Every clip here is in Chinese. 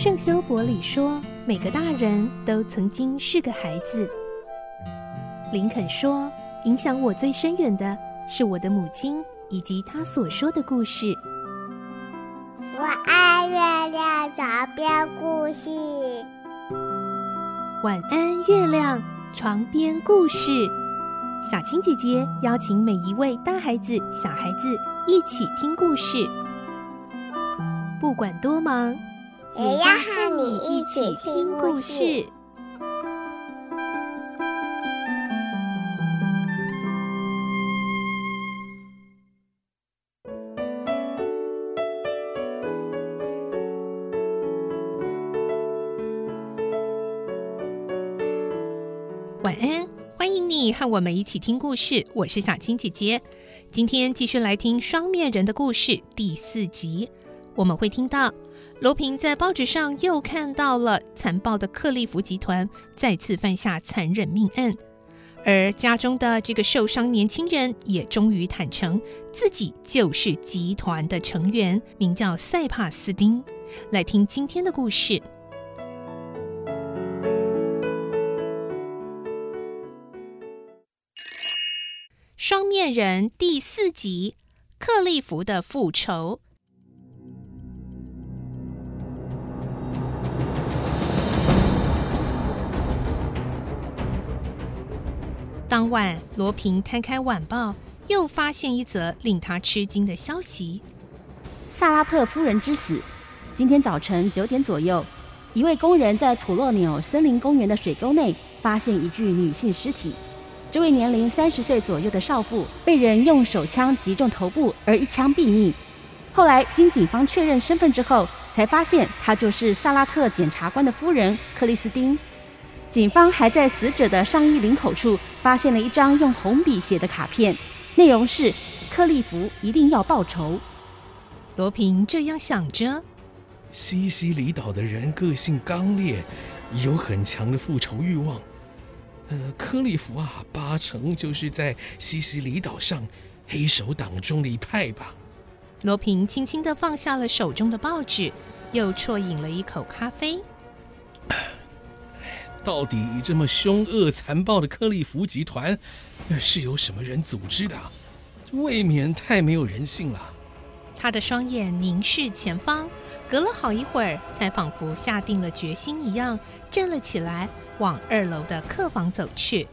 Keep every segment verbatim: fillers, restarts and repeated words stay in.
圣修伯里说，每个大人都曾经是个孩子。林肯说，影响我最深远的是我的母亲以及她所说的故事。 我爱月亮床边故事。 晚安，月亮床边故事。小青姐姐邀请每一位大孩子、小孩子一起听故事，不管多忙， 也要和你一起听故事。 晚安，欢迎你和我们一起听故事，我是小青姐姐。今天继续来听双面人的故事第四集，我们会听到罗平在报纸上又看到了残暴的克利夫集团再次犯下残忍命案，而家中的这个受伤年轻人也终于坦诚自己就是集团的成员，名叫塞帕斯丁。来听今天的故事。双面人第四集，克利夫的复仇。当晚，罗平摊开晚报，又发现一则令他吃惊的消息： 萨拉特夫人之死。今天早晨九点左右，一位工人在普洛纽森林公园的水沟内发现一具女性尸体。这位年龄三十岁左右的少妇被人用手枪击中头部，而一枪毙命。后来经警方确认身份之后，才发现她就是萨拉特检察官的夫人克里斯汀。警方还在死者的上衣领口处发现了一张用红笔写的卡片，内容是克利夫一定要报仇。 罗平这样想着， 西西里岛的人个性刚烈，有很强的复仇欲望。呃，克利夫啊，八成就是在西西里岛上黑手党中的一派吧。 罗平轻轻地放下了手中的报纸，又啜饮了一口咖啡。 到底这么凶恶残暴的克利夫集团是由什么人组织的？未免太没有人性了。 他的双眼凝视前方，隔了好一会儿，才仿佛下定了决心一样，站了起来，往二楼的客房走去。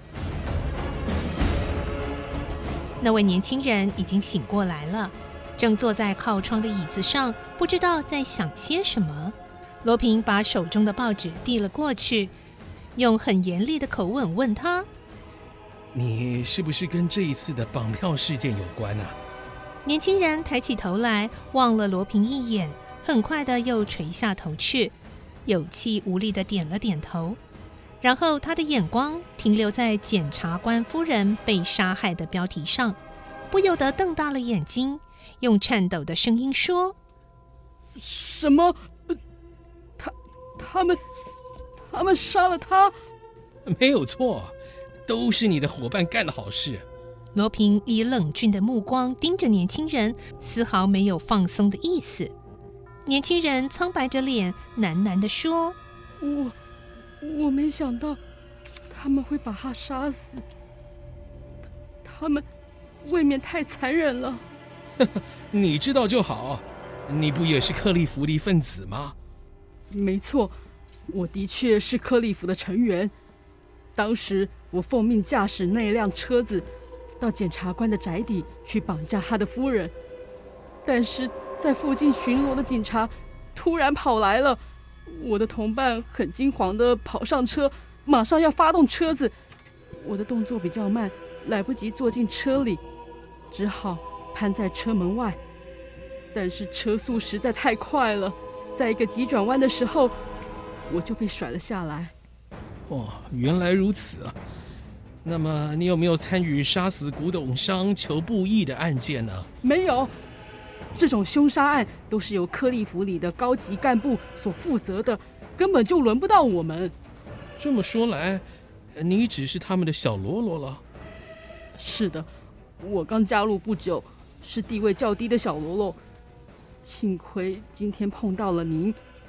那位年轻人已经醒过来了，正坐在靠窗的椅子上，不知道在想些什么。罗平把手中的报纸递了过去，用很严厉的口吻问他： 你是不是跟这一次的绑票事件有关啊？ 年轻人抬起头来，望了罗平一眼，很快的又垂下头去，有气无力的点了点头。然后他的眼光停留在检察官夫人被杀害的标题上，不由得瞪大了眼睛，用颤抖的声音说： 什么？他他们他们杀了他？ 没有错，都是你的伙伴干的好事。 罗平以冷峻的目光盯着年轻人，丝毫没有放松的意思。年轻人苍白着脸，喃喃地说： 我我没想到他们会把他杀死，他们未免太残忍了。 你知道就好，你不也是克利夫的一份子吗？ 没错，我的确是克利夫的成员。当时我奉命驾驶那辆车子到检察官的宅邸去绑架他的夫人，但是在附近巡逻的警察突然跑来了，我的同伴很惊慌地跑上车，马上要发动车子。我的动作比较慢，来不及坐进车里，只好攀在车门外。但是车速实在太快了，在一个急转弯的时候，我就被甩了下来。 哦，原来如此啊。那么你有没有参与杀死古董商裘布义的案件呢？ 没有，这种凶杀案都是由克利夫里的高级干部所负责的，根本就轮不到我们。 这么说来，你只是他们的小喽啰了。 是的，我刚加入不久，是地位较低的小喽啰。幸亏今天碰到了您，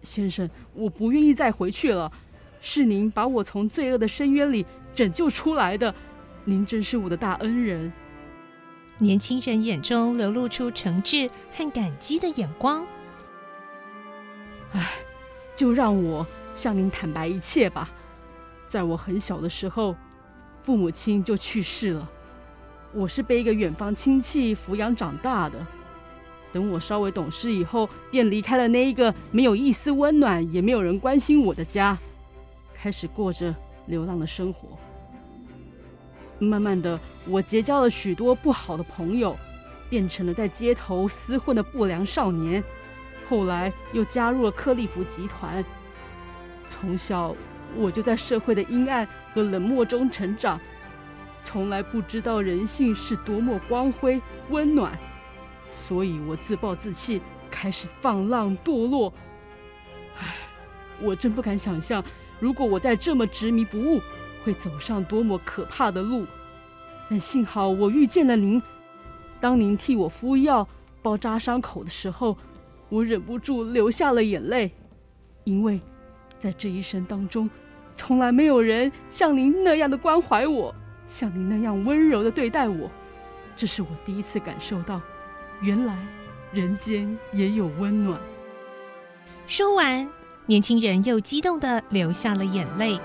先生，我不愿意再回去了，是您把我从罪恶的深渊里拯救出来的，您真是我的大恩人。 年轻人眼中流露出诚挚和感激的眼光。 唉，就让我向您坦白一切吧。在我很小的时候，父母亲就去世了，我是被一个远房亲戚抚养长大的。等我稍微懂事以后，便离开了那一个没有一丝温暖，也没有人关心我的家，开始过着流浪的生活。慢慢的，我结交了许多不好的朋友，变成了在街头厮混的不良少年。后来又加入了克利夫集团。从小我就在社会的阴暗和冷漠中成长，从来不知道人性是多么光辉温暖，所以我自暴自弃，开始放浪堕落。唉，我真不敢想象，如果我再这么执迷不悟，会走上多么可怕的路。但幸好我遇见了您，当您替我敷药包扎伤口的时候，我忍不住流下了眼泪，因为在这一生当中，从来没有人像您那样的关怀我，像您那样温柔的对待我。这是我第一次感受到，原来人间也有温暖。 说完，年轻人又激动地流下了眼泪。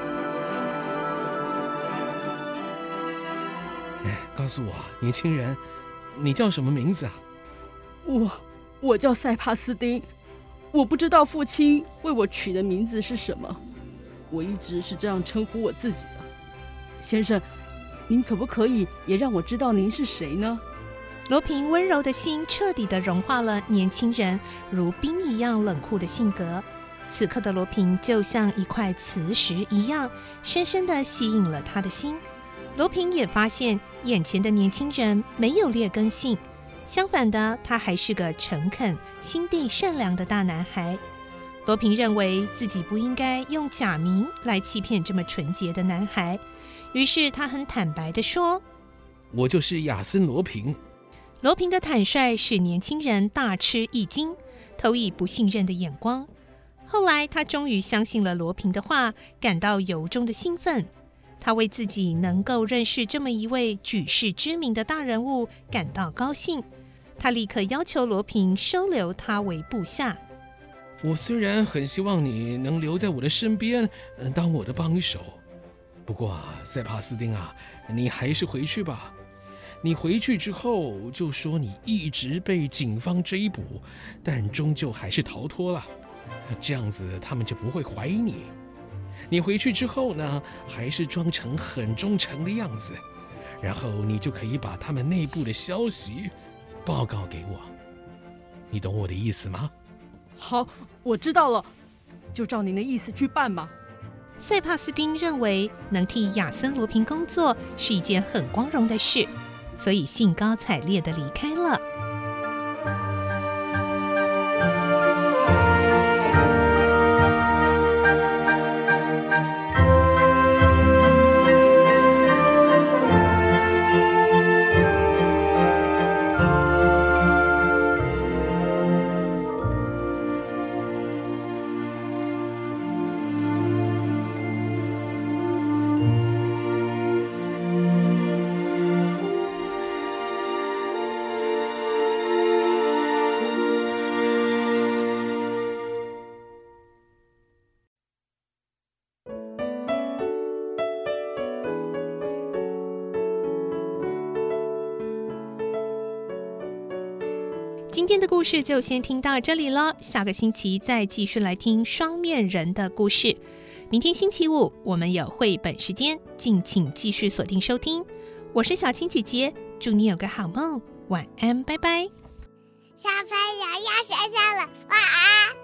哎，告诉我，年轻人，你叫什么名字啊？ 我我叫塞帕斯丁，我不知道父亲为我取的名字是什么，我一直是这样称呼我自己的。先生，您可不可以也让我知道您是谁呢？ 罗平温柔的心彻底地融化了年轻人如冰一样冷酷的性格。此刻的罗平就像一块磁石一样，深深地吸引了他的心。罗平也发现眼前的年轻人没有劣根性，相反的，他还是个诚恳、心地善良的大男孩。罗平认为自己不应该用假名来欺骗这么纯洁的男孩，于是他很坦白地说：“ 我就是亚森·罗平。” 罗平的坦率使年轻人大吃一惊，投以不信任的眼光。后来，他终于相信了罗平的话，感到由衷的兴奋。他为自己能够认识这么一位举世知名的大人物感到高兴。他立刻要求罗平收留他为部下。 我虽然很希望你能留在我的身边，当我的帮手，不过啊，塞帕斯丁啊，你还是回去吧。你回去之后就说你一直被警方追捕，但终究还是逃脱了，这样子他们就不会怀疑你。你回去之后呢，还是装成很忠诚的样子，然后你就可以把他们内部的消息报告给我。你懂我的意思吗？ 好，我知道了，就照您的意思去办吧。 塞帕斯丁认为能替亚森·罗平工作是一件很光荣的事，所以兴高采烈地离开了。今天的故事就先听到这里了，下个星期再继续来听双面人的故事。明天星期五我们有绘本时间，敬请继续锁定收听。我是小青姐姐，祝你有个好梦，晚安，拜拜。 小朋友要睡觉了，晚安。